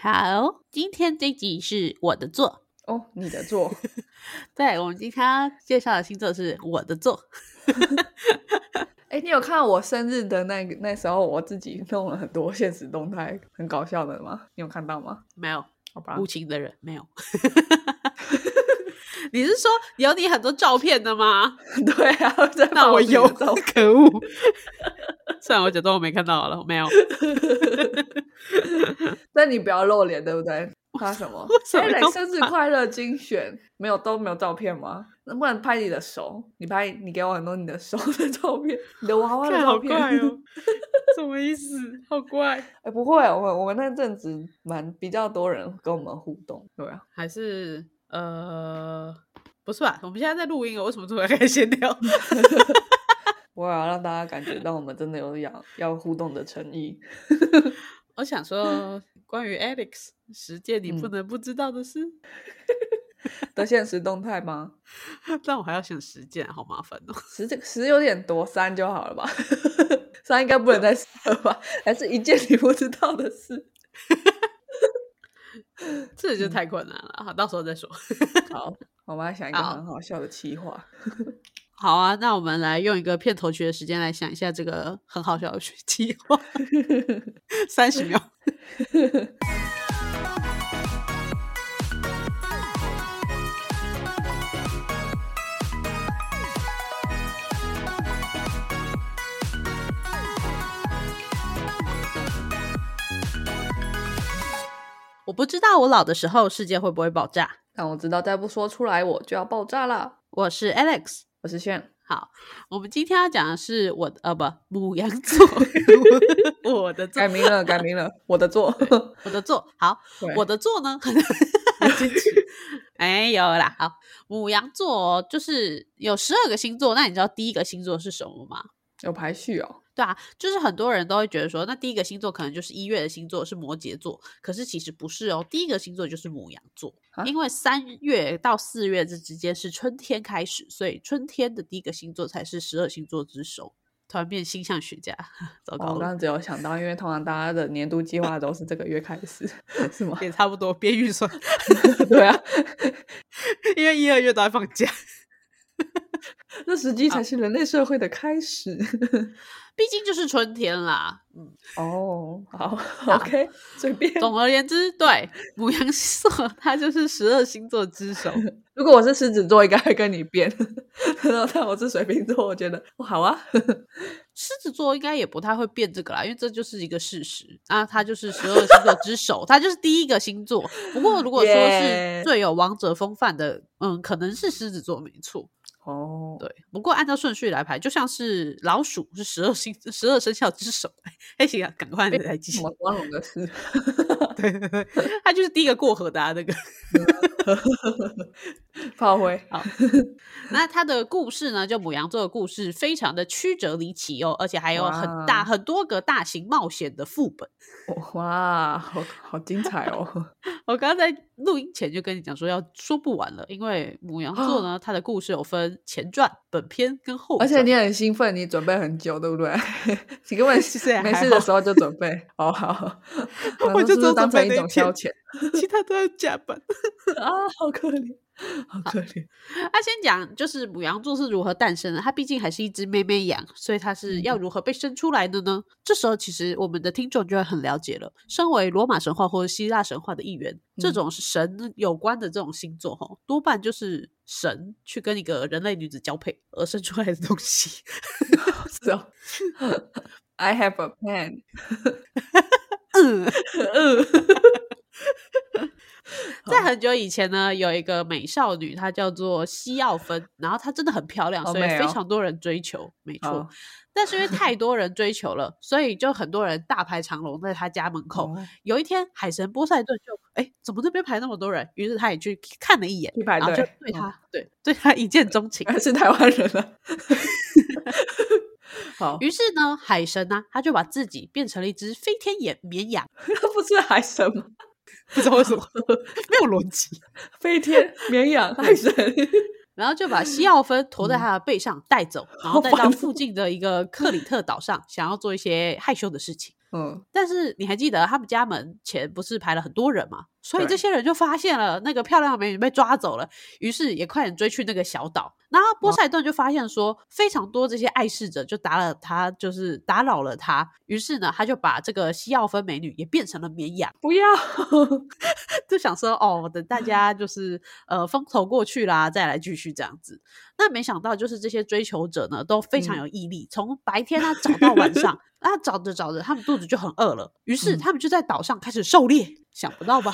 好，今天这集是我的座哦，你的座。 对，我们今天要介绍的星座是我的座。 你有看到我生日的那时候我自己弄了很多现实动态很搞笑的吗？你有看到吗？ 没有， 好吧， 无情的人没有。你是说有你很多照片的吗？ 对啊， 那我有，可恶。虽然我假装我没看到好了，没有。 但你不要露脸，对不对？发什么？生日快乐精选都没有照片吗？那不然拍你的手，你给我很多你的手的照片，你的娃娃的照片。 好怪哦，什么意思？好怪。 不会，我们那阵子比较多人跟我们互动，对啊。 还是不是吧？我们现在在录音了，为什么突然开始闲聊？ 我要让大家感觉到我们真的有要互动的诚意。 我想说，关于 Alex 10件你不能不知道的事的现实动态吗？ 但我还要想10件，好麻烦哦。 10有点多，3就好了吧？3应该不能再10了吧？还是1件你不知道的事？ 这就太困难了，好，到时候再说。 好，我们来想一个很好笑的企划。 好啊，那我们来用一个片头曲的时间来想一下这个很好笑的企划。30秒。我不知道我老的时候世界会不会爆炸， 但我知道再不说出来我就要爆炸了。 我是 Alex， 我是炫。 好，我们今天要讲的是牡羊座。我的座改名了，我的座。 我的座。好，我的座呢没有啦。好，牡羊座就是有12个星座，那你知道第一个星座是什么吗？ 有排序哦。 对啊，就是很多人都会觉得说，那第一个星座可能就是1月的星座是摩羯座，可是其实不是哦，第一个星座就是牡羊座，因为3月到4月这之间是春天开始，所以春天的第一个星座才是12星座之首。突然变星象学家，糟糕了。 我刚刚只有想到，因为通常大家的年度计划都是这个月开始，是吗？ 也差不多，编预算。 对啊， 因为1、2月都在放假。 那时机才是人类社会的开始。 毕竟就是春天啦。 好 OK， 随便。 总而言之，对，牡羊座它就是12星座之首。 如果我是狮子座应该会跟你变。但我是水瓶座，我觉得好啊。 狮子座应该也不太会变这个啦，因为这就是一个事实啊，它就是12星座之首，它就是第一个星座。不过如果说是最有王者风范的，可能是狮子座没错。对，不过按照顺序来排，就像是老鼠是12生肖之首。行啊，赶快来记。 什么光荣的事？ 对，他就是第一个过河的那个。 炮灰。 好，那他的故事呢，就牡羊座的故事非常的曲折离奇哦，而且还有很多个大型冒险的副本。 哇，好精彩哦。 我刚刚在录音前就跟你讲说要说不完了，因为牡羊座呢，它的故事有分前传、本篇跟后传。 而且你很兴奋，你准备很久，对不对？你根本没事的时候就准备。好， 我就只当成一种消遣， 其他都在加班。 好可怜。好可怜。 他先讲就是牡羊座是如何诞生的，它毕竟还是一只妹妹羊，所以它是要如何被生出来的呢？这时候其实我们的听众就会很了解了，身为罗马神话或者希腊神话的一员，这种神有关的这种星座多半就是神去跟一个人类女子交配而生出来的东西。 是哦。I have a pen。 在很久以前呢，有一个美少女，她叫做西奥芬，然后她真的很漂亮，所以非常多人追求。没错，但是因为太多人追求了，所以就很多人大排长龙在她家门口。有一天，海神波塞顿就怎么这边排那么多人？于是他也去看了一眼，然后就对他一见钟情。 还是台湾人了。好， 于是呢，海神呢，他就把自己变成了一只飞天绵羊。 他不是海神吗？ 不知道为什么没有逻辑。 飞天绵羊海神。 然后就把西奥芬驮在他的背上带走，然后带到附近的一个克里特岛上，想要做一些害羞的事情。 但是你还记得他们家门前不是排了很多人吗？所以这些人就发现了那个漂亮的美女被抓走了，于是也快点追去那个小岛。然后波塞顿就发现说非常多这些爱侍者就打扰了他，于是呢他就把这个西奥芬美女也变成了绵羊。 不要就想说等大家就是风头过去啦再来继续这样子。那没想到就是这些追求者呢都非常有毅力，从白天找到晚上啊，找着找着他们肚子就很饿了，于是他们就在岛上开始狩猎，想不到吧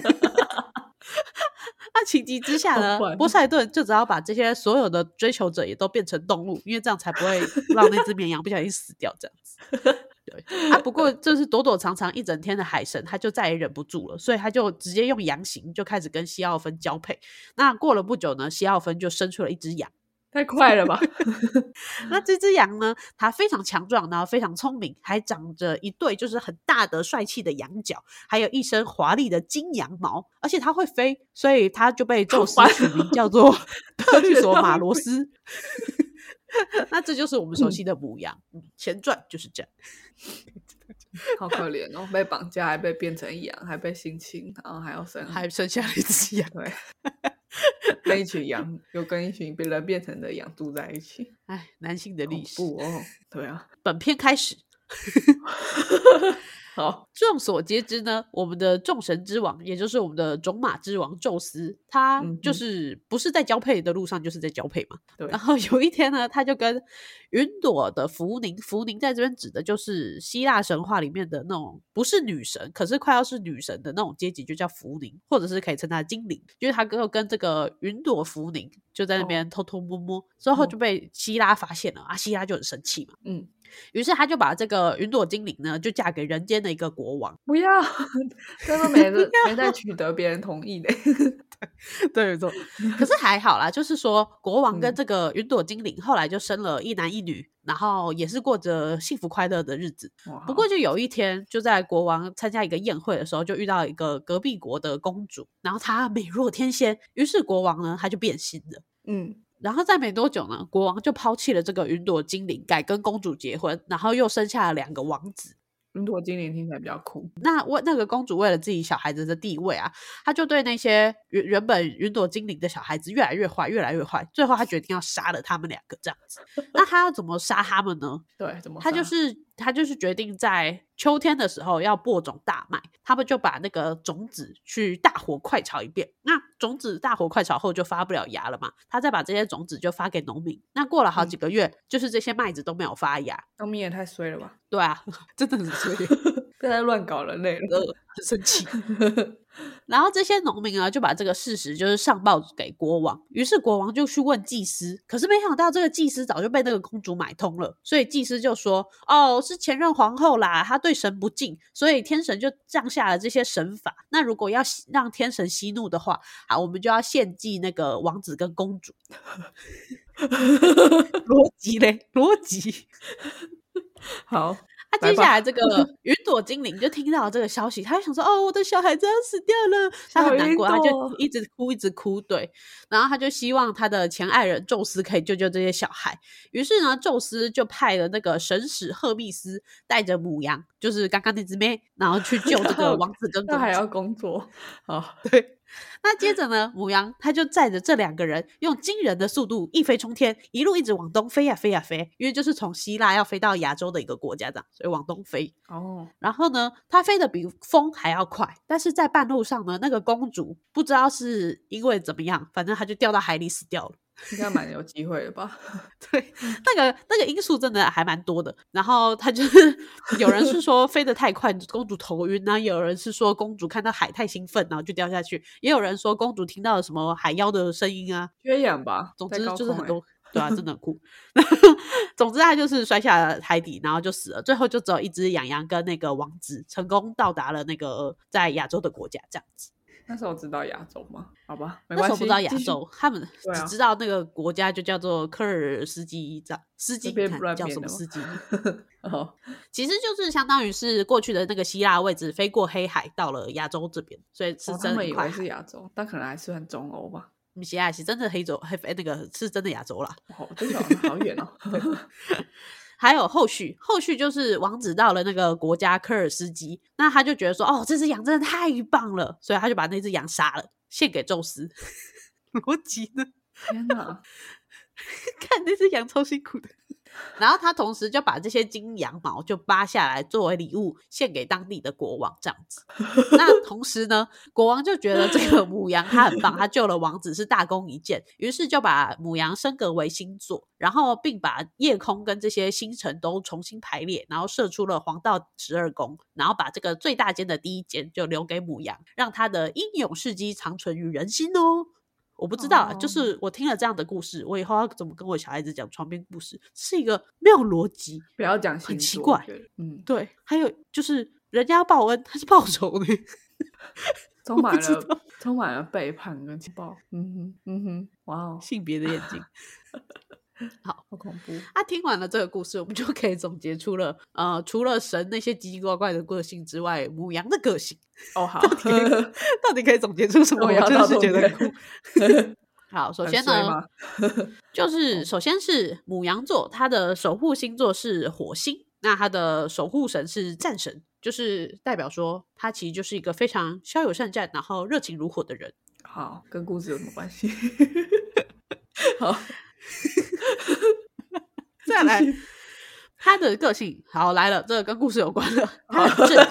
那情急之下呢，波塞顿就只好把这些所有的追求者也都变成动物，因为这样才不会让那只绵羊不小心死掉这样子对啊，不过就是躲躲藏藏一整天的海神他就再也忍不住了，所以他就直接用羊形就开始跟西奥芬交配。那过了不久呢，西奥芬就生出了一只羊。 太快了吧那这只羊呢，它非常强壮，然后非常聪明，还长着一对就是很大的帅气的羊角，还有一身华丽的金羊毛，而且它会飞，所以它就被宙斯取名叫做特律索马罗斯那这就是我们熟悉的母羊前传就是这样好可怜哦，被绑架还被变成羊，还被性侵，然后还生下了一只羊对跟一群羊又跟一群被人变成的羊住在一起。 哎，男性的历史对啊， 本片开始好，众所皆知呢，我们的众神之王也就是我们的种马之王宙斯，他就是不是在交配的路上就是在交配嘛。对。然后有一天呢，他就跟云朵的福宁在这边指的就是希腊神话里面的那种不是女神可是快要是女神的那种阶级，就叫福宁，或者是可以称她精灵。就是他跟这个云朵福宁就在那边偷偷摸摸，之后就被希拉发现了啊，希拉就很生气嘛。于是他就把这个云朵精灵呢就嫁给人间的一个国王。 不要这都没在取得别人同意的对没错可是还好啦，就是说国王跟这个云朵精灵后来就生了一男一女，然后也是过着幸福快乐的日子。不过就有一天，就在国王参加一个宴会的时候，就遇到一个隔壁国的公主，然后她美若天仙，于是国王呢他就变心了。然后在没多久呢，国王就抛弃了这个云朵精灵，改跟公主结婚，然后又生下了2个王子。 云朵精灵听起来比较酷。 那个公主为了自己小孩子的地位啊，她就对那些原本云朵精灵的小孩子越来越坏，最后她决定要杀了他们2个这样子。那她要怎么杀他们呢？ 对，怎么杀？ 他就是决定在秋天的时候要播种大麦，他们就把那个种子去大火快炒一遍。那种子大火快炒后就发不了芽了嘛，他再把这些种子就发给农民。那过了好几个月，就是这些麦子都没有发芽。 农民也太衰了吧。 对啊，真的很衰不要再乱搞人类了很生气然后这些农民就把这个事实就是上报给国王，于是国王就去问祭司，可是没想到这个祭司早就被那个公主买通了，所以祭司就说是前任皇后啦，她对神不敬，所以天神就降下了这些神法。那如果要让天神息怒的话，好，我们就要献祭那个王子跟公主逻辑好接下来这个云朵精灵就听到这个消息，他就想说我的小孩子要死掉了，他很难过，他就一直哭对，然后他就希望他的前爱人宙斯可以救这些小孩。于是呢，宙斯就派了那个神使赫密斯带着母羊，就是刚刚那只妹，然后去救这个王子跟公主。 他还要工作对。那接着呢，母羊他就载着这2个人用惊人的速度一飞冲天，一路一直往东飞呀飞呀飞，因为就是从希腊要飞到亚洲的一个国家这样，所以往东飞然后呢，他飞得比风还要快，但是在半路上呢，那个公主不知道是因为怎么样，反正她就掉到海里死掉了。 应该蛮有机会的吧对，那个因素真的还蛮多的。然后他就是有人是说飞得太快公主头晕，然后有人是说公主看到海太兴奋然后就掉下去，也有人说公主听到了什么海妖的声音啊， 缺氧吧。 总之就是很多对啊，真的很酷总之他就是摔下了海底然后就死了，最后就只有一只羊羊跟那个王子成功到达了那个在亚洲的国家这样子。 那时候知道亚洲吗？好吧，没关系。 那时候不知道亚洲，他们只知道那个国家就叫做科尔斯基叫什么斯基其实就是相当于是过去的那个希腊位置飞过黑海到了亚洲这边，所以是真的很快。 他们以为是亚洲，但可能还算中欧吧。 希腊是真的那个是真的亚洲啦。 真的好远还有后续就是王子到了那个国家科尔斯基，那他就觉得说哦，这只羊真的太棒了，所以他就把那只羊杀了献给宙斯。逻辑呢？ 天哪， 看那只羊超辛苦的。然后他同时就把这些金羊毛就扒下来作为礼物献给当地的国王这样子。那同时呢，国王就觉得这个母羊他很棒，他救了王子是大功一件，于是就把母羊升格为星座，然后并把夜空跟这些星辰都重新排列，然后设出了黄道12宫，然后把这个最大间的第一间就留给母羊，让他的英勇事迹长存于人心哦。我不知道就是我听了这样的故事，我以后要怎么跟我小孩子讲床边故事，是一个没有逻辑， 不要讲星座， 很奇怪。对，还有就是人家要报恩，他是报仇呢， 充满了背叛跟情报。哇哦， 性别的眼睛。好恐怖听完了这个故事，我们就可以总结出了除了神那些奇奇怪怪的个性之外，母羊的个性好到底可以总结出什么？我真的是觉得酷。好，首先呢就是首先是母羊座，它的守护星座是火星，那它的守护神是战神，就是代表说他其实就是一个非常骁勇善战然后热情如火的人。 好，跟故事有什么关系？好再来他的个性，好来了，这个跟故事有关了，他很正义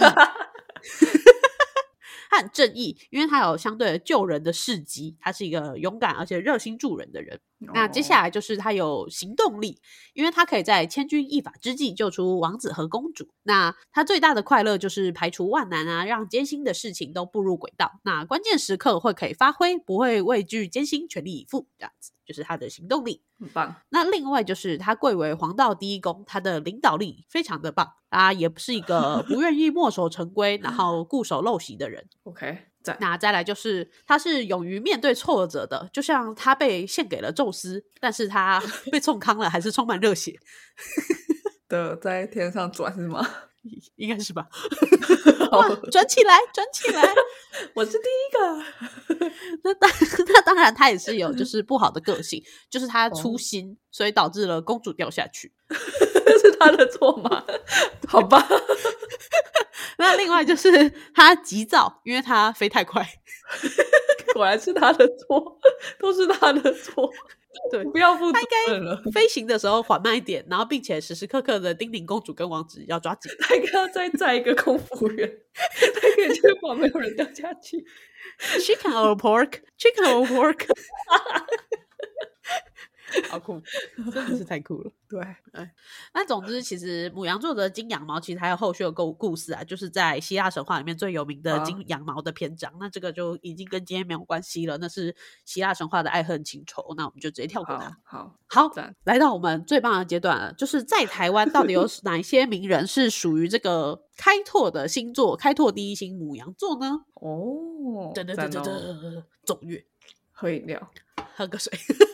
他很正义，因为他有相对的救人的事迹，他是一个勇敢而且热心助人的人。那接下来就是他有行动力，因为他可以在千钧一发之际救出王子和公主。那他最大的快乐就是排除万难让艰辛的事情都步入轨道。那关键时刻会可以发挥，不会畏惧艰辛，全力以赴，这样子就是他的行动力， 很棒。 那另外就是他贵为黄道第一宫，他的领导力非常的棒，他也不是一个不愿意墨守成规然后固守陋习的人。 OK， 那再来就是他是勇于面对挫折的，就像他被献给了宙斯，但是他被冲康了，还是充满热血的在天上转是吗？ 应该是吧。哇，转起来转起来我是第一个。 那当然他也是有就是不好的个性，就是他粗心所以导致了公主掉下去。 是他的错吗？好吧。 那另外就是他急躁，因为他飞太快。 果然是他的错，都是他的错。对，不要负责任了。 他应该飞行的时候缓慢一点，然后并且时时刻刻的叮咛公主跟王子要抓紧。 他应该要再载一个空服员，他可以确保没有人掉下去。 Chicken or pork? Chicken or pork? 好酷，真的是太酷了。 对， 那总之其实母羊座的金羊毛其实还有后续的故事就是在希腊神话里面最有名的金羊毛的篇章。那这个就已经跟今天没有关系了，那是希腊神话的爱恨情仇，那我们就直接跳过它。好，来到我们最棒的阶段了，就是在台湾到底有哪一些名人是属于这个开拓的星座，开拓第一星母羊座呢？奏乐， 喝饮料， 喝个水。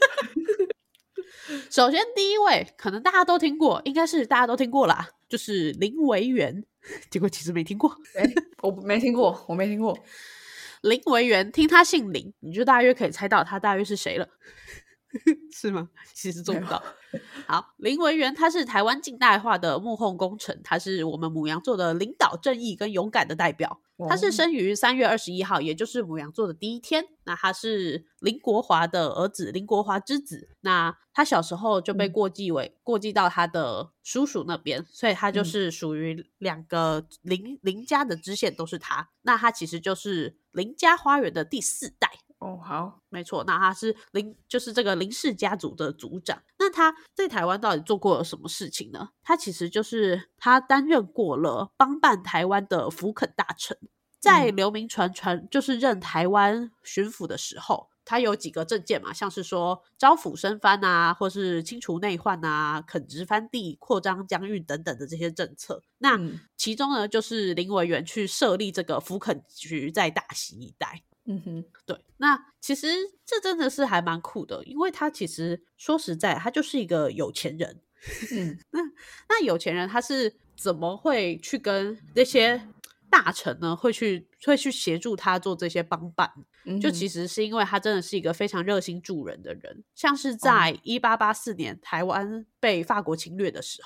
首先第一位可能大家都听过，应该是大家都听过啦，就是林维源。结果其实没听过。 我没听过。 林维源，听他姓林，你就大约可以猜到他大约是谁了。是吗？其实做不到。好，林维源他是台湾近代化的幕后功臣，他是我们母羊座的领导正义跟勇敢的代表。他是生于3月21号，也就是母羊座的第一天。那他是林国华的儿子，林国华之子。那他小时候就被过继到他的叔叔那边，所以他就是属于2个林家的支线都是他。那他其实就是林家花园的第4代。 好， 没错，那他是就是这个林氏家族的族长。那他在台湾到底做过了什么事情呢？他其实就是他担任过了帮办台湾的福垦大臣，在刘铭传就是任台湾巡抚的时候，他有几个政见嘛，像是说招抚生番或是清除内患垦植番地、扩张疆域等等的这些政策。那其中呢，就是林维源去设立这个福垦局在大溪一带。对，那其实这真的是还蛮酷的，因为他其实说实在他就是一个有钱人。那有钱人他是怎么会去跟那些大臣呢会去协助他做这些帮办？就其实是因为他真的是一个非常热心助人的人。像是在1884年台湾被法国侵略的时候，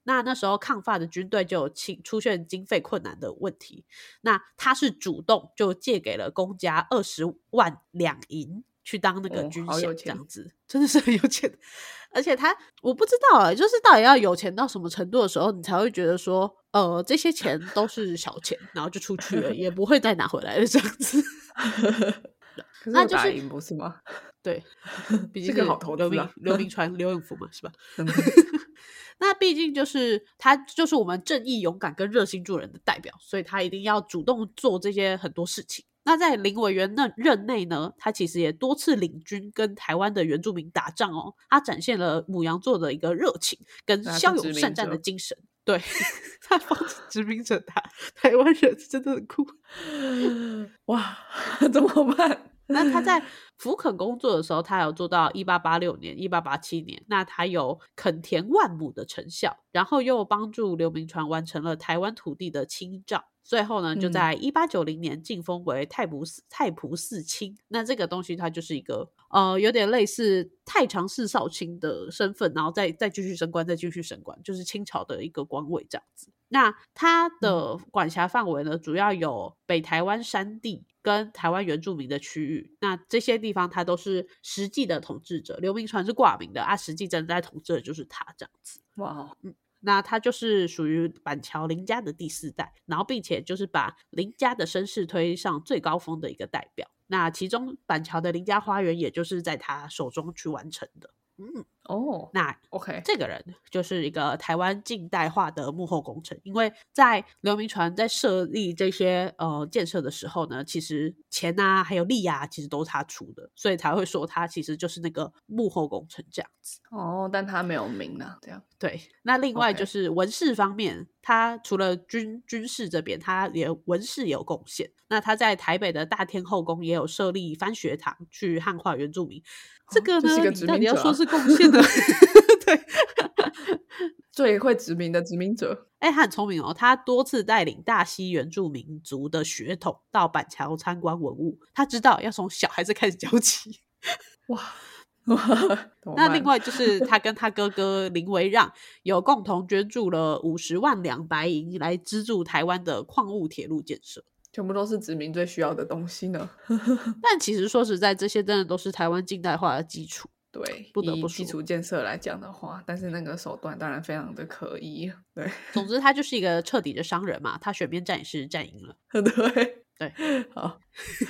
那时候抗法的军队就有出现经费困难的问题，那他是主动就借给了公家20万两银去当那个军饷，这样子真的是很有钱。而且我不知道就是到底要有钱到什么程度的时候，你才会觉得说这些钱都是小钱，然后就出去了，也不会再拿回来了这样子。 可是有打赢不是吗？ 对，毕竟是好投资啊， 刘铭传刘永福嘛，是吧？那毕竟他就是我们正义勇敢跟热心助人的代表，所以他一定要主动做这些很多事情。那在林委员任内呢，他其实也多次领军跟台湾的原住民打仗他展现了牡羊座的一个热情跟骁勇善战的精神。对，他放弃殖民者打台湾人真的很酷。 哇，怎么办？ 那他在福垦工作的时候，他有做到1886年、1887年，那他有垦田万亩的成效，然后又帮助刘铭传完成了台湾土地的清账。最后呢，就在1890年晋封为太仆寺卿。那这个东西它就是一个有点类似太常寺少卿的身份，然后再继续升官，再继续升官，就是清朝的一个官位这样子。那他的管辖范围呢，主要有北台湾山地跟台湾原住民的区域。那这些地方他都是实际的统治者，刘铭传是挂名的实际真的在统治的就是他这样子。 哇， 那他就是属于板桥林家的第4代，然后并且就是把林家的声势推上最高峰的一个代表。那其中板桥的林家花园也就是在他手中去完成的。那 OK， 这个人就是一个台湾近代化的幕后工程。因为在刘铭传在设立这些建设的时候呢，其实钱还有力其实都是他出的，所以才会说他其实就是那个幕后工程这样子。 但他没有名这样。 对，那另外就是文事方面，他除了军事这边，他连文事也有贡献。那他在台北的大天后宫也有设立番学堂去汉化原住民。这个呢，你到底要说是贡献的？对， 最会殖民的殖民者。 他很聪明他多次带领大溪原住民族的血统到板桥参观文物，他知道要从小孩子开始教起。 哇！ 那另外就是他跟他哥哥林维让有共同捐助了50万两白银来资助台湾的矿物铁路建设， 全部都是殖民最需要的东西呢。 但其实说实在，这些真的都是台湾近代化的基础。 对， 不得不说， 以基础建设来讲的话，但是那个手段当然非常的可疑。对， 总之他就是一个彻底的商人嘛，他选边站也是站赢了。对， 好。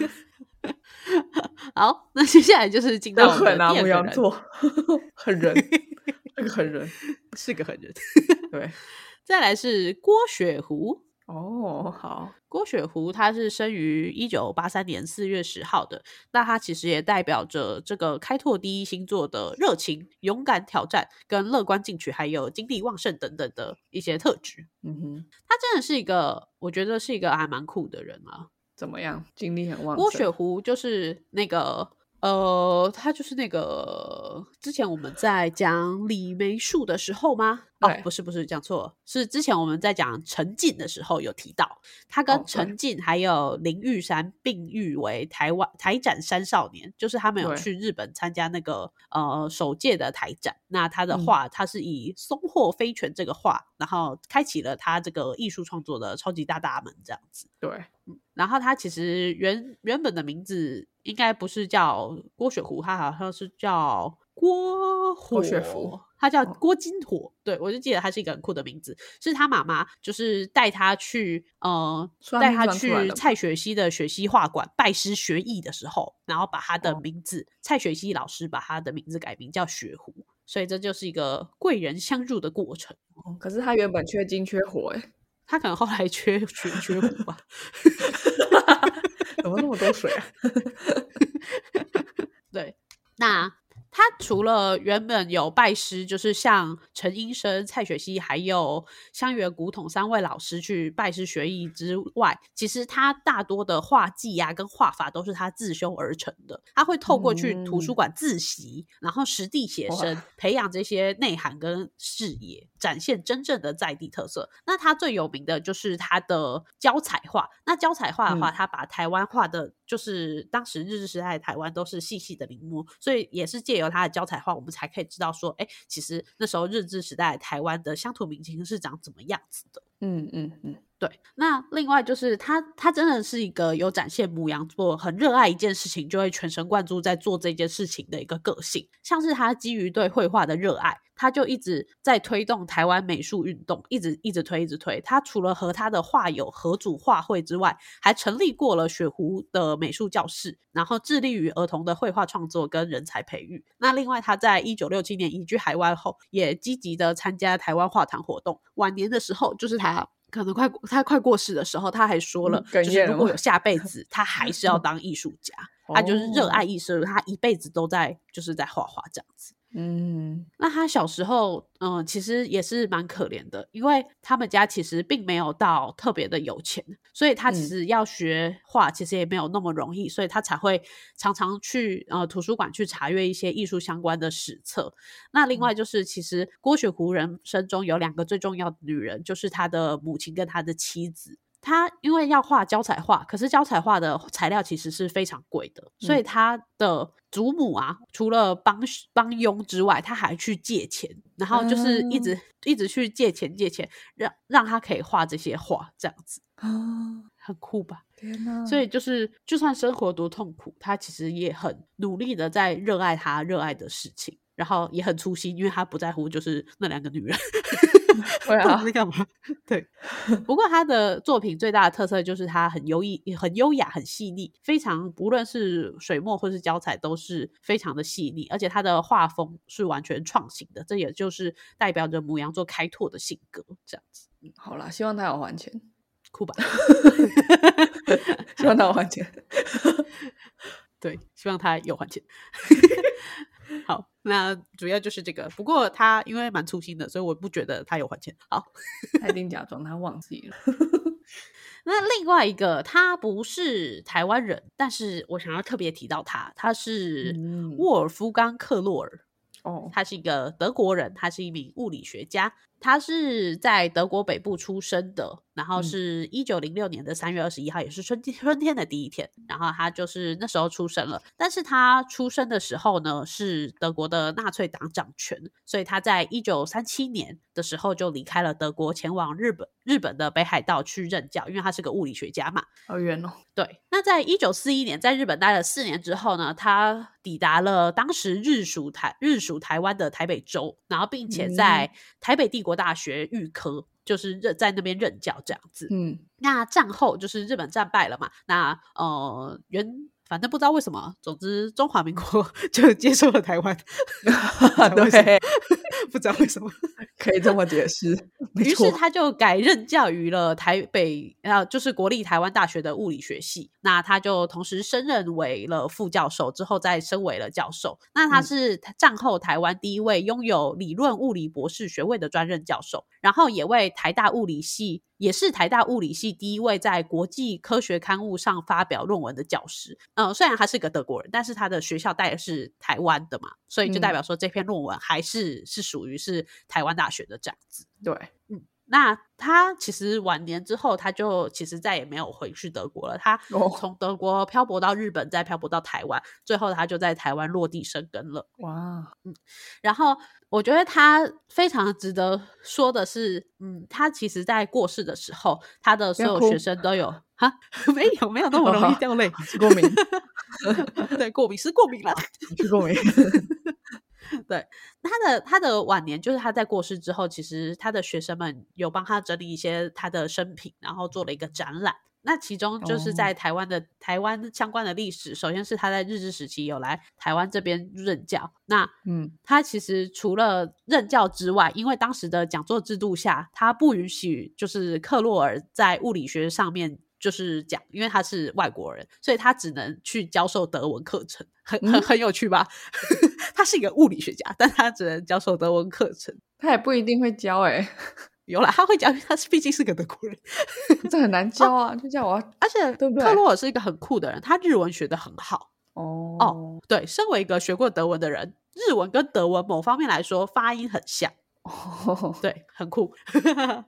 好，那接下来就是进到我们的第二个人， 狠人，那个狠人是个狠人。 对， 再来是郭雪湖。 好， 郭雪湖他是生于1983年4月10号的，那他其实也代表着这个开拓第一星座的热情、勇敢挑战、跟乐观进取，还有精力旺盛等等的一些特质。他真的是一个，我觉得是一个还蛮酷的人啊。 怎么样？精力很旺盛。 郭雪湖就是那个他就是那个之前我们在讲李梅树的时候吗？不是讲错了，是之前我们在讲陈进的时候有提到，他跟陈进还有林玉山并誉为台展3少年，就是他们有去日本参加那个首届的台展。那他的画他是以松鹤飞拳这个画，然后开启了他这个艺术创作的超级大大门这样子。 对， 然后他其实原本的名字应该不是叫郭雪湖，他好像是叫郭雪湖， 他叫郭金火。对，我就记得他是一个很酷的名字，是他妈妈就是带他去蔡雪溪的雪溪画馆拜师学艺的时候，然后把他的名字蔡雪溪老师把他的名字改名叫雪湖，所以这就是一个贵人相助的过程。 可是他原本缺金缺火他可能后来缺湖吧。 怎么那么多水啊？ 对，那他除了原本有拜师，就是像陈英生、蔡雪溪还有香园古董3位老师去拜师学艺之外，其实他大多的画技跟画法都是他自修而成的。他会透过去图书馆自习，然后实地写生，培养这些内涵跟视野，展现真正的在地特色。那他最有名的就是他的胶彩画。那胶彩画的话，他把台湾画的就是当时日治时代的台湾都是细细的陵墓，所以也是借由它的胶彩画，我们才可以知道说，其实那时候日治时代的台湾的乡土民情是长怎么样子的。对。那另外就是他真的是一个有展现牡羊座很热爱一件事情就会全神贯注在做这件事情的一个个性，像是他基于对绘画的热爱，他就一直在推动台湾美术运动，一直推。他除了和他的画友合组画会之外，还成立过了雪湖的美术教室，然后致力于儿童的绘画创作跟人才培育。那另外他在1967年移居海外后，也积极的参加台湾画坛活动。晚年的时候，就是他可能他快过世的时候，他还说了，就是如果有下辈子，他还是要当艺术家。他就是热爱艺术，他一辈子都在画画这样子。那他小时候其实也是蛮可怜的，因为他们家其实并没有到特别的有钱，所以他其实要学画其实也没有那么容易，所以他才会常常去图书馆去查阅一些艺术相关的史册。那另外就是其实郭雪湖人生中有2个最重要的女人，就是他的母亲跟他的妻子。他因为要画胶彩画，可是胶彩画的材料其实是非常贵的，所以他的祖母啊，除了帮佣之外，他还去借钱，然后就是一直去借钱让他可以画这些画这样子。很酷吧？ 天哪！ 所以就是就算生活多痛苦，他其实也很努力的在热爱他热爱的事情，然后也很粗心，因为他不在乎就是那2个女人对啊， 在干嘛？对。不过他的作品最大的特色就是他很优雅很细腻，非常不论是水墨或是胶彩都是非常的细腻，而且他的画风是完全创新的，这也就是代表着牡羊座开拓的性格这样子。 好啦，希望他有还钱。 酷吧？ 希望他有还钱。 对，希望他有还钱。好，那主要就是这个。不过他因为蛮粗心的，所以我不觉得他有还钱。好， 他一定假装他忘记了。 那另外一个，他不是台湾人，但是我想要特别提到他是沃尔夫冈·克洛尔。他是一个德国人，他是一名物理学家，他是在德国北部出生的，然后是1906年的3月21号，也是春天的第一天，然后他就是那时候出生了。但是他出生的时候呢，是德国的纳粹党掌权，所以他在1937年的时候就离开了德国，前往日本的北海道去任教，因为他是个物理学家嘛。 好远哦。 对，那在1941年在日本待了4年之后呢，他抵达了当时日属台湾的台北州，然后并且在台北帝国大学预科，就是在那边任教这样子。那战后就是日本战败了嘛，那反正不知道为什么，总之中华民国就接受了台湾。 对， 不知道为什么可以这么解释。 于是他就改任教于了台北就是国立台湾大学的物理学系，那他就同时升任为了副教授，之后再升为了教授。那他是战后台湾第一位拥有理论物理博士学位的专任教授，然后也是台大物理系第一位在国际科学刊物上发表论文的教师。虽然他是个德国人，但是他的学校带的是台湾的嘛，所以就代表说这篇论文还是属于是台湾大学的这样子。 对， 那他其实晚年之后，他就其实再也没有回去德国了。他从德国漂泊到日本，再漂泊到台湾，最后他就在台湾落地生根了。 哇，然后我觉得他非常值得说的是，他其实在过世的时候，他的所有学生都有没有那么容易掉泪， 是过敏。 对，过敏是过敏啦， 是过敏。 对，他的晚年就是他在过世之后，其实他的学生们有帮他整理一些他的生平，然后做了一个展览。那其中就是在台湾相关的历史，首先是他在日治时期有来台湾这边任教。那他其实除了任教之外，因为当时的讲座制度下，他不允许就是克洛尔在物理学上面就是讲，因为他是外国人，所以他只能去教授德文课程。很有趣吧？他是一个物理学家，但他只能教授德文课程。 他也不一定会教有啦，他会教，因为他毕竟是个德国人。 这很难教啊，就叫我而且对不对？ 克洛尔是一个很酷的人，他日文学得很好。对，身为一个学过德文的人，日文跟德文某方面来说发音很像。对，很酷。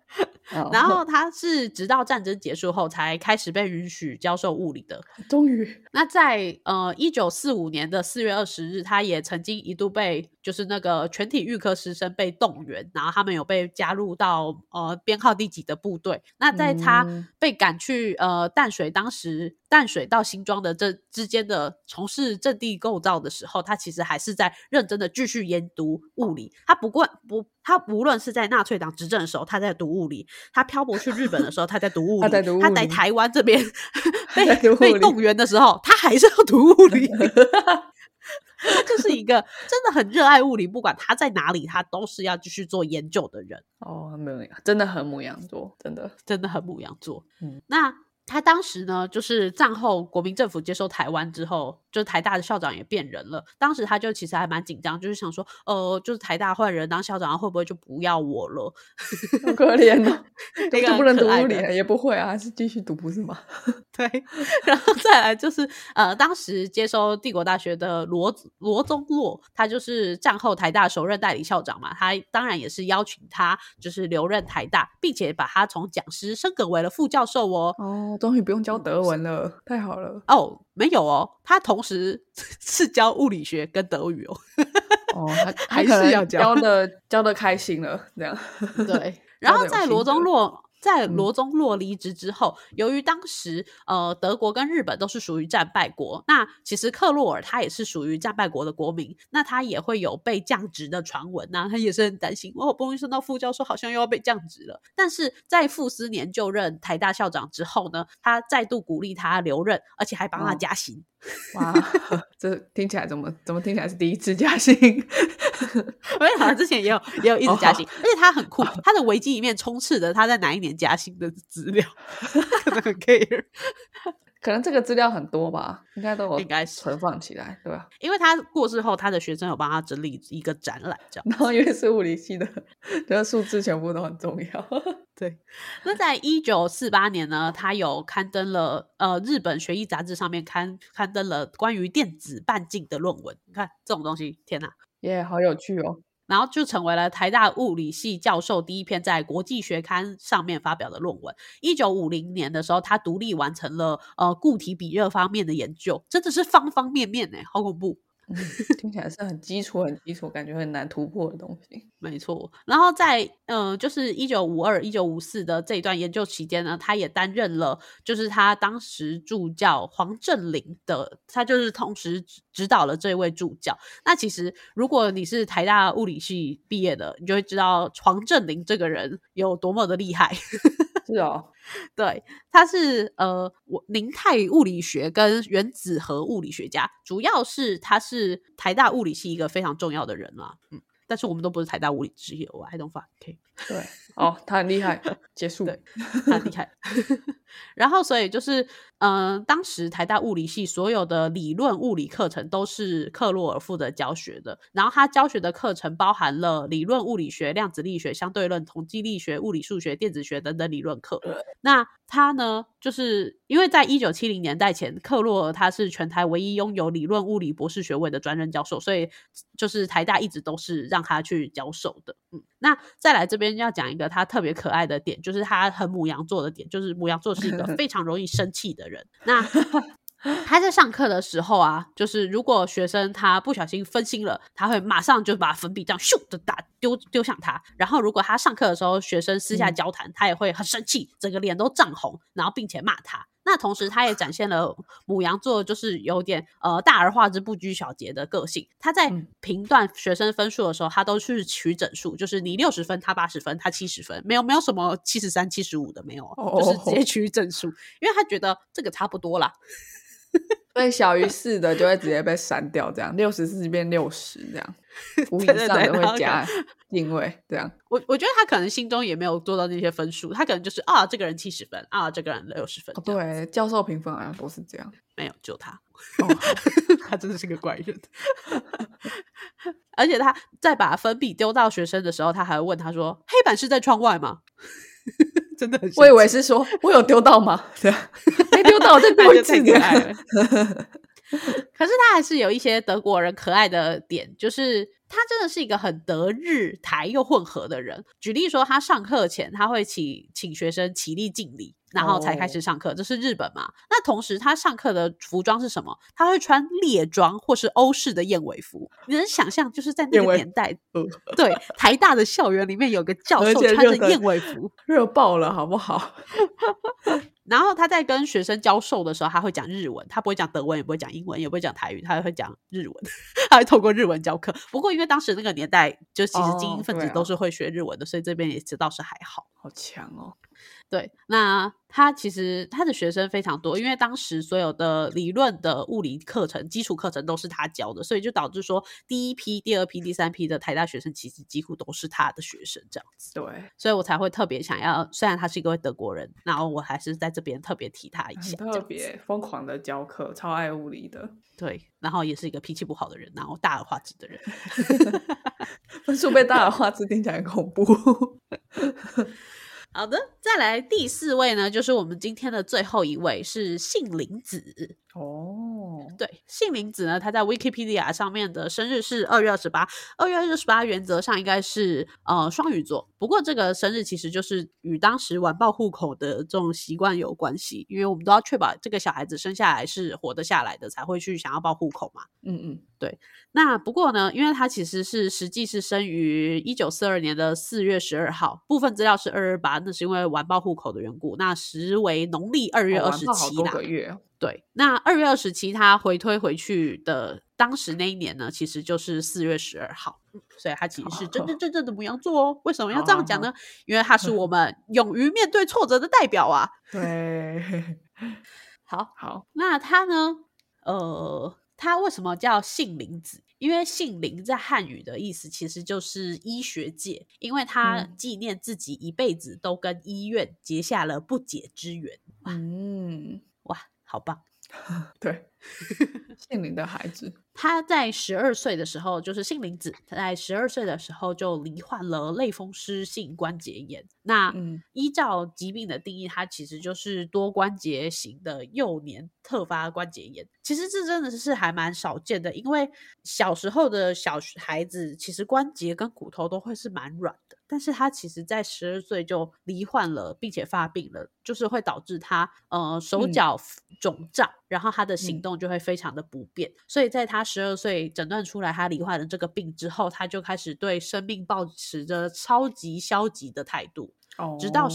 然后他是直到战争结束后才开始被允许教授物理的。 终于。 那在1945年的4月20日，他也曾经一度被就是那个全体预科师生被动员，然后他们有被加入到编号第几的部队。那在他被赶去淡水，当时淡水到新庄的这之间的从事阵地构造的时候，他其实还是在认真的继续研读物理。他无论是在纳粹党执政的时候他在读物理，他漂泊去日本的时候他在读物理，他在台湾这边被动员的时候他还是要读物理。他就是一个真的很热爱物理，不管他在哪里他都是要继续做研究的人。 没有，真的很牡羊座，真的很牡羊座。那他当时呢就是战后国民政府接收台湾之后，就台大的校长也变人了，当时他就其实还蛮紧张，就是想说就是台大换人当校长会不会就不要我了。 好可怜哦。就不能读物理也不会啊，还是继续读不是吗？ 对。然后再来就是当时接收帝国大学的罗宗洛，他就是战后台大首任代理校长嘛，他当然也是邀请他就是留任台大，并且把他从讲师升格为了副教授终于不用教德文了，太好了。 没有他同时是教物理学跟德语他还是要教的开心了这样。 对。然后在罗宗洛离职之后，由于当时德国跟日本都是属于战败国，那其实克洛尔他也是属于战败国的国民，那他也会有被降职的传闻他也是很担心好不容易升到副教授好像又要被降职了。但是在傅斯年就任台大校长之后呢，他再度鼓励他留任，而且还帮他加薪。 哇，这听起来怎么听起来是第一次加薪？ 没有他之前也有一直加薪而且他很酷，他的维基里面充斥着他在哪一年加薪的资料。可能很 care。 可能这个资料很多吧，应该都有存放起来，对吧？ 因为他过世后他的学生有帮他整理一个展览这样。 然后因为是物理系的，这个数字全部都很重要。 对。那在1948年呢，他有刊登了日本学艺杂志上面刊登了关于电子半径的论文。你看这种东西，天哪， 好有趣哦。 然后就成为了台大物理系教授第一篇在国际学刊上面发表的论文。1950年的时候，他独立完成了固体比热方面的研究，真的是方方面面好恐怖。 听起来是很基础感觉很难突破的东西。 没错。然后在就是1952 1954的这一段研究期间呢，他也担任了就是他当时助教黄振林的，他就是同时指导了这位助教。那其实如果你是台大物理系毕业的，你就会知道黄振林这个人有多么的厉害。 是对，他是凝态物理学跟原子核物理学家，主要是他是台大物理系一个非常重要的人啦。但是我们都不是台大物理系，我 I don't fucking care。 对，他很厉害。结束。 对，他很厉害。然后所以就是当时台大物理系所有的理论物理课程都是克洛尔负责教学的，然后他教学的课程包含了理论物理学、量子力学、相对论、统计力学、物理数学、电子学等等理论课。那他呢就是因为在1970年代前，克洛尔他是全台唯一拥有理论物理博士学位的专任教授，所以就是台大一直都是让他去教授的。那再来这边要讲一个他特别可爱的点，就是他很牡羊座的点，就是牡羊座是一个非常容易生气的人。那他在上课的时候啊，就是如果学生他不小心分心了，他会马上就把粉笔这样咻的丢向他。然后如果他上课的时候学生私下交谈，他也会很生气，整个脸都涨红，然后并且骂他。那同时他也展现了牡羊座就是有点大而化之不拘小节的个性。他在评断学生分数的时候，他都是取整数，就是你60分他80分他70分，没有什么73 75的，没有，就是直接取整数，因为他觉得这个差不多啦。 所以小于4的就会直接被删掉，这样64变60这样，5以上的会加定位这样。 我觉得他可能心中也没有做到那些分数，他可能就是这个人70分这个人60分。 对，教授评分好像都是这样。 没有，就他。他真的是个怪人。而且他在把粉笔丢到学生的时候，他还会问他说：“黑板是在窗外吗？”真的很， 我以为是说我有丢到吗？没丢到，我再丢一次。 可是他还是有一些德国人可爱的点，就是他真的是一个很德日台又混合的人。举例说，他上课前他会请学生起立敬礼，然后才开始上课，这是日本嘛。那同时他上课的服装是什么？他会穿猎装或是欧式的燕尾服。你能想象就是在那个年代对，台大的校园里面有个教授穿着燕尾服， 热爆了好不好？ 然后他在跟学生教授的时候，他会讲日文，他不会讲德文，也不会讲英文，也不会讲台语，他会讲日文，他会透过日文教课。不过因为当时那个年代，就其实精英分子都是会学日文的，所以这边也知道是还好。 好强哦。 对，那他其实他的学生非常多，因为当时所有的理论的物理课程、基础课程都是他教的，所以就导致说第一批、第二批、第三批的台大学生其实几乎都是他的学生这样子。 对， 所以我才会特别想要，虽然他是一个德国人，然后我还是在这边特别提他一下， 很特别疯狂的教课，超爱物理的。 对，然后也是一个脾气不好的人，然后大而化之的人。 分数被大而化之听起来很恐怖。 好的，再来第4位呢，就是我们今天的最后一位是杏林子。 哦， 对，杏林子呢，他在 Wikipedia 上面的生日是2月28。2月28原则上应该是双鱼座，不过这个生日其实就是与当时晚报户口的这种习惯有关系，因为我们都要确保这个小孩子生下来是活得下来的，才会去想要报户口嘛。对。那不过呢，因为他其实是实际是生于1942年的4月12号，部分资料是228，那是因为晚报户口的缘故，那实为农历2月27啦。 晚报好多个月。 对，那2月27他回推回去的当时那一年呢，其实就是4月12号，所以他其实是真正的牡羊座哦。为什么要这样讲呢？因为他是我们勇于面对挫折的代表啊。 对， 好，那他呢？他为什么叫杏林子？因为杏林在汉语的意思其实就是医学界，因为他纪念自己一辈子都跟医院结下了不解之缘。哇，好棒。 对，杏林的孩子， 他在12岁的时候，就是杏林子，他在12岁的时候就罹患了类风湿性关节炎。那依照疾病的定义，它其实就是多关节型的幼年特发关节炎。其实这真的是还蛮少见的，因为小时候的小孩子其实关节跟骨头都会是蛮软的，但是他其实在12岁就罹患了，并且发病了，就是会导致他手脚肿胀，然后他的行动就会非常的不便。所以在他12岁诊断出来他罹患了这个病之后，他就开始对生命抱持着超级消极的态度。直到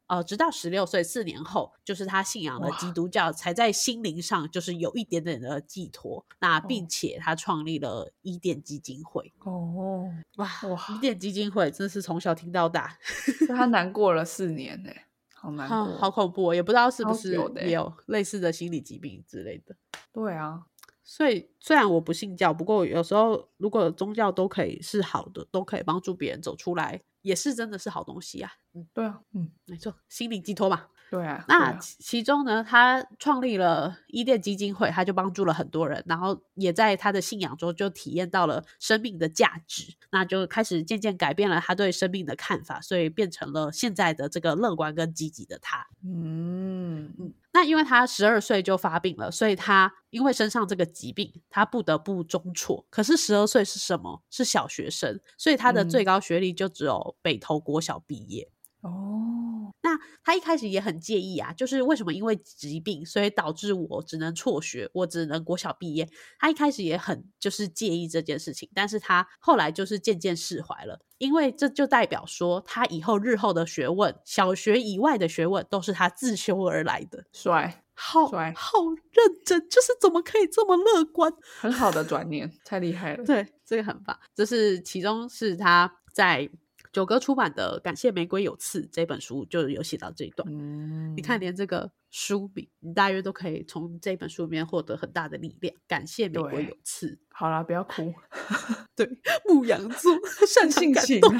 16岁4年后，就是他信仰了基督教，才在心灵上就是有一点点的寄托。那并且他创立了伊甸基金会。伊甸基金会真是从小听到大。 他难过了4年耶，好难过， 好恐怖，也不知道是不是也有类似的心理疾病之类的。 对啊， 所以虽然我不信教，不过有时候如果宗教都可以是好的，都可以帮助别人走出来，也是真的是好东西啊。 对啊， 没错，心灵寄托嘛。 对啊， 那其中呢，他创立了伊甸基金会，他就帮助了很多人，然后也在他的信仰中就体验到了生命的价值，那就开始渐渐改变了他对生命的看法，所以变成了现在的这个乐观跟积极的他。那因为他12岁就发病了，所以他因为身上这个疾病，他不得不中辍。可是12岁是什么？是小学生，所以他的最高学历就只有北投国小毕业。那他一开始也很介意啊，就是为什么因为疾病所以导致我只能辍学，我只能国小毕业。他一开始也很就是介意这件事情，但是他后来就是渐渐释怀了，因为这就代表说他以后日后的学问，小学以外的学问都是他自修而来的。好认真，就是怎么可以这么乐观， 很好的转念，太厉害了。 对，这个很棒。这是其中是他在九歌出版的《感谢玫瑰有刺》这本书就有写到这一段。你看连这个书名你大约都可以从这本书里面获得很大的力量。感谢玫瑰有刺。 好啦，不要哭。 对，牧羊座善性情啊。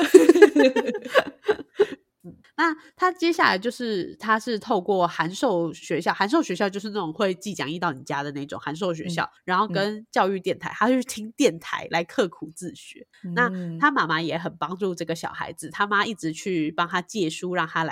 那他接下来就是他是透过函授学校就是那种会寄讲义到你家的那种函授学校，然后跟教育电台，他去听电台来刻苦自学。那他妈妈也很帮助这个小孩子，他妈一直去帮他借书让他来看。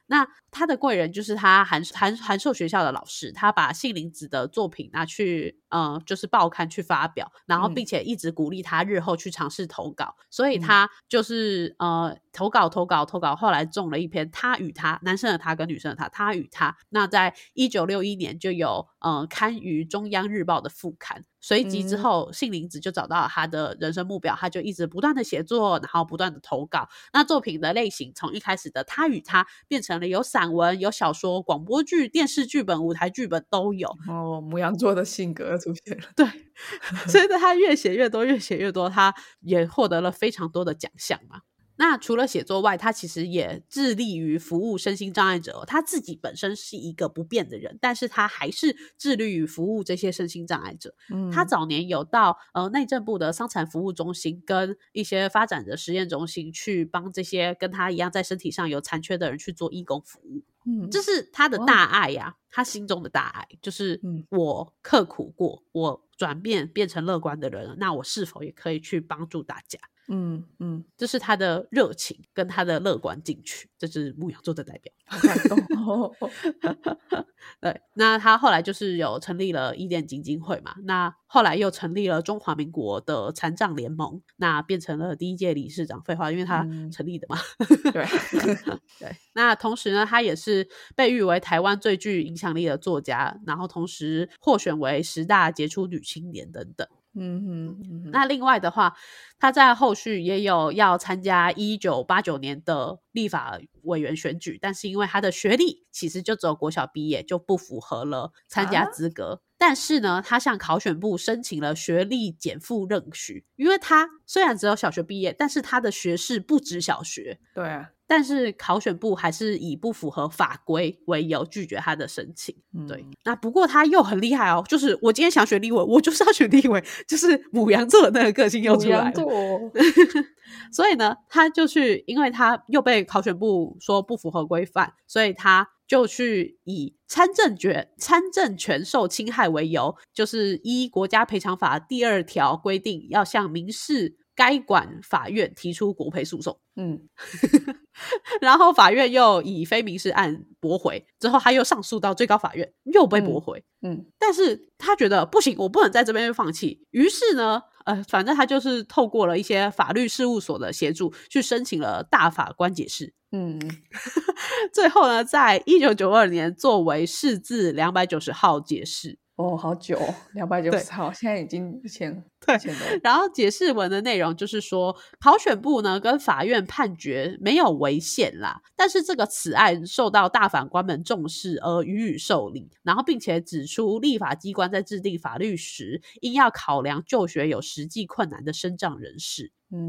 那他的贵人就是他函授学校的老师，他把杏林子的作品拿去就是报刊去发表，然后并且一直鼓励他日后去尝试投稿，所以他就是投稿，后来中了一篇他与他，男生的他跟女生的他与他，那在1961年就有刊于中央日报的副刊。随即之后杏林子就找到了他的人生目标，他就一直不断的写作，然后不断的投稿。那作品的类型从一开始的他与他变成了有散文、有小说、广播剧、电视剧本、舞台剧本都有。 牡羊座的性格出现了。 对，所以他越写越多，他也获得了非常多的奖项嘛。那除了写作外，他其实也致力于服务身心障碍者他自己本身是一个不便的人，但是他还是致力于服务这些身心障碍者。他早年有到内政部的伤残服务中心跟一些发展的实验中心去帮这些跟他一样在身体上有残缺的人去做义工服务。这是他的大爱呀，他心中的大爱就是我刻苦过，我转变成乐观的人，那我是否也可以去帮助大家？这是他的热情跟他的乐观进取，这是牡羊座的代表。 好感动对，那他后来就是有成立了伊甸基金会嘛，那后来又成立了中华民国的残障联盟，那变成了第1届理事长。废话，因为他成立的嘛。 对对，那同时呢，他也是被誉为台湾最具影响力的作家，然后同时获选为10大杰出女青年等等。那另外的话，他在后续也有要参加1989年的立法委员选举，但是因为他的学历其实就只有国小毕业，就不符合了参加资格。但是呢，他向考选部申请了学历减负认许，因为他虽然只有小学毕业，但是他的学士不止小学。 对啊， 但是考选部还是以不符合法规为由拒绝他的申请。对，那不过他又很厉害哦，就是我今天想选立委，我就是要选立委，就是牡羊座的那个个性又出来了。牡羊座所以呢，他就去，因为他又被考选部说不符合规范，所以他就去以参政权受侵害为由，就是依国家赔偿法第2条规定，要向民事该管法院提出国赔诉讼。然后法院又以非民事案驳回，之后他又上诉到最高法院，又被驳回。但是他觉得不行，我不能在这边放弃，于是呢反正他就是透过了一些法律事务所的协助，去申请了大法官解释。最后呢，在1992年作为释字290号解释。 好久290号，现在已经1000 对，然后解释文的内容就是说，考选部呢跟法院判决没有违宪啦，但是这个此案受到大法官们重视而予以受理，然后并且指出立法机关在制定法律时，应要考量就学有实际困难的身障人士。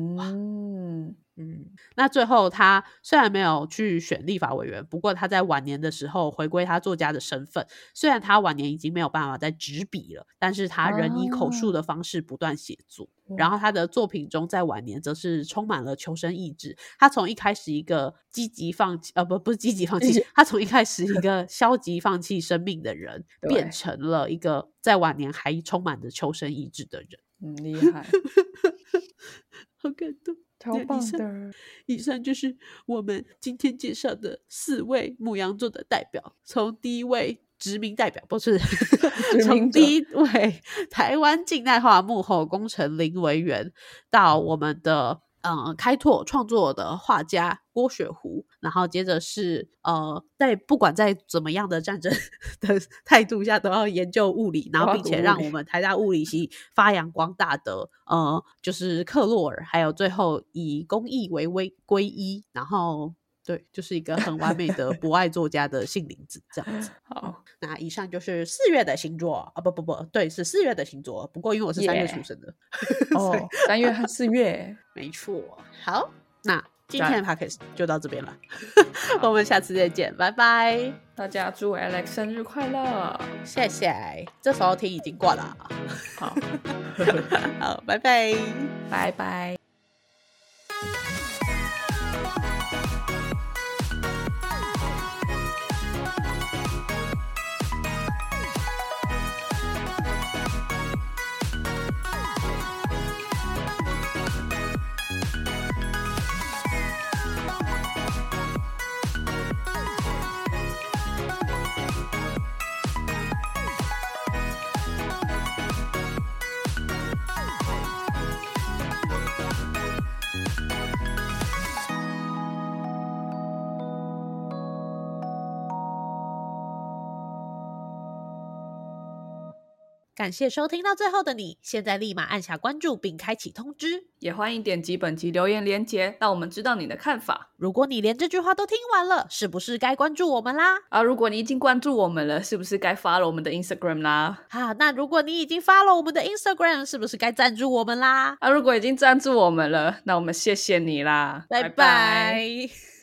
那最后他虽然没有去选立法委员，不过他在晚年的时候回归他作家的身份，虽然他晚年已经没有办法再执笔了，但是他仍以口述的方式不断写作。然后他的作品中在晚年则是充满了求生意志，他从一开始一个积极放弃不是积极放弃，他从一开始一个消极放弃生命的人变成了一个在晚年还充满着求生意志的人。 厉害好感动， 超棒的。 以上就是我们今天介绍的4位牡羊座的代表，从第一位殖民代表，不是从第一位台湾近代化幕后功臣林惟源，到我们的开拓创作的画家郭雪湖，然后接着是在不管在怎么样的战争的态度下都要研究物理，然后并且让我们台大物理系发扬光大的就是克洛尔，还有最后以公益为皈依，然后对，就是一个很完美的博爱作家的杏林子这样子。好，那以上就是4月的星座不，对，是4月的星座。不过因为我是3月出生的 3月和4月没错。好，那今天的 podcast 就到这边了我们下次再见，拜拜。 大家祝 Alex 生日快乐， 谢谢。这时候天已经挂了好好，拜拜拜拜。 感谢收听到最后的你，现在立马按下关注并开启通知， 也欢迎点击本集留言连结，让我们知道你的看法。 如果你连这句话都听完了，是不是该关注我们啦？ 如果你已经关注我们了，是不是该 follow 我们的 Instagram 啦？ 那如果你已经 follow 我们的 Instagram， 是不是该赞助我们啦？ 如果已经赞助我们了，那我们谢谢你啦， 拜拜。